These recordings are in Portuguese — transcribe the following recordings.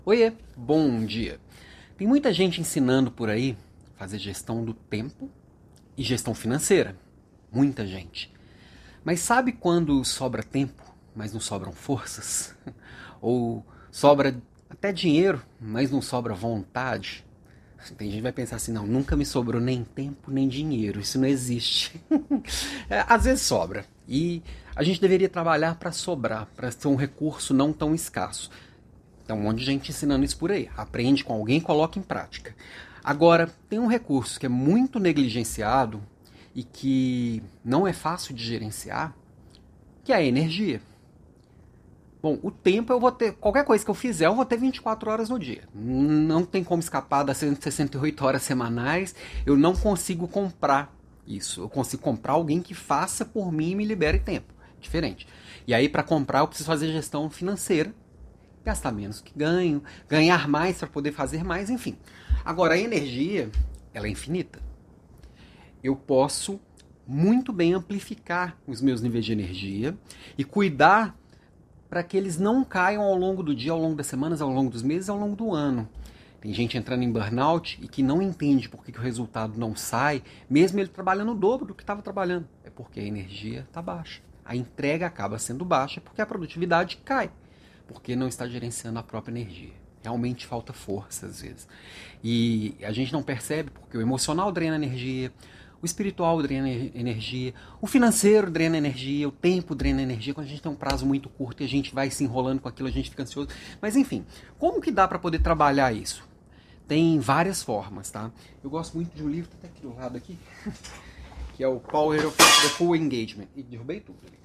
Oiê, bom dia. Tem muita gente ensinando por aí a fazer gestão do tempo e gestão financeira. Muita gente. Mas sabe quando sobra tempo, mas não sobram forças? Ou sobra até dinheiro, mas não sobra vontade? Tem gente que vai pensar assim, não, nunca me sobrou nem tempo nem dinheiro, isso não existe. Às vezes sobra. E a gente deveria trabalhar para sobrar, para ser um recurso não tão escasso. Tem um monte de gente ensinando isso por aí. Aprende com alguém e coloca em prática. Agora, tem um recurso que é muito negligenciado e que não é fácil de gerenciar, que é a energia. Bom, o tempo eu vou ter, qualquer coisa que eu fizer, eu vou ter 24 horas no dia. Não tem como escapar das 168 horas semanais, eu não consigo comprar isso. Eu consigo comprar alguém que faça por mim e me libere tempo. Diferente. E aí, para comprar, eu preciso fazer gestão financeira, gastar menos que ganho, ganhar mais para poder fazer mais, enfim. Agora, a energia, ela é infinita. Eu posso muito bem amplificar os meus níveis de energia e cuidar para que eles não caiam ao longo do dia, ao longo das semanas, ao longo dos meses, ao longo do ano. Tem gente entrando em burnout e que não entende por que o resultado não sai, mesmo ele trabalhando o dobro do que estava trabalhando. É porque a energia está baixa. A entrega acaba sendo baixa porque a produtividade cai, porque não está gerenciando a própria energia. Realmente falta força às vezes. E a gente não percebe porque o emocional drena energia, o espiritual drena energia, o financeiro drena energia, o tempo drena energia. Quando a gente tem um prazo muito curto e a gente vai se enrolando com aquilo, a gente fica ansioso. Mas enfim, como que dá para poder trabalhar isso? Tem várias formas, tá? Eu gosto muito de um livro, tá até aqui do lado aqui, que é o Power of the Full Engagement. E derrubei tudo ali.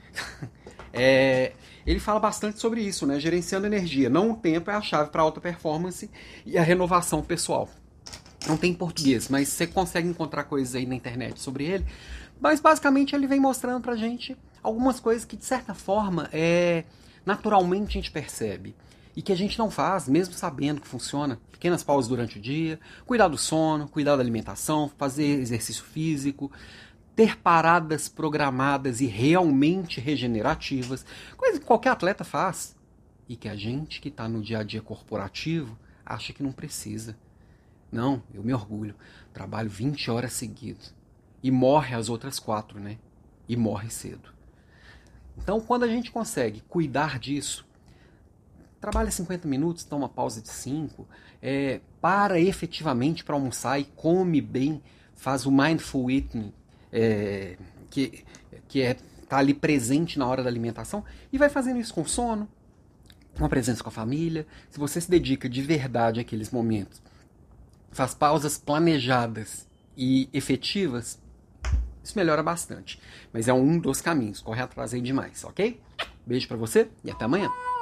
Ele fala bastante sobre isso, né? Gerenciando energia. Não o tempo é a chave para alta performance e a renovação pessoal. Não tem em português, mas você consegue encontrar coisas aí na internet sobre ele. Mas basicamente ele vem mostrando pra gente algumas coisas que de certa forma naturalmente a gente percebe e que a gente não faz, mesmo sabendo que funciona. Pequenas pausas durante o dia, cuidar do sono, cuidar da alimentação, fazer exercício físico, ter paradas programadas e realmente regenerativas, coisa que qualquer atleta faz e que a gente que está no dia a dia corporativo acha que não precisa. Não, eu me orgulho. Trabalho 20 horas seguidas. E morre as outras 4, né? E morre cedo. Então, quando a gente consegue cuidar disso, trabalha 50 minutos, toma uma pausa de 5, para efetivamente para almoçar e come bem, faz o mindful eating, que é tá ali presente na hora da alimentação, e vai fazendo isso com sono, uma presença com a família. Se você se dedica de verdade àqueles momentos, faz pausas planejadas e efetivas, isso melhora bastante. Mas é um dos caminhos, corre atrás aí demais, ok? Beijo pra você e até amanhã.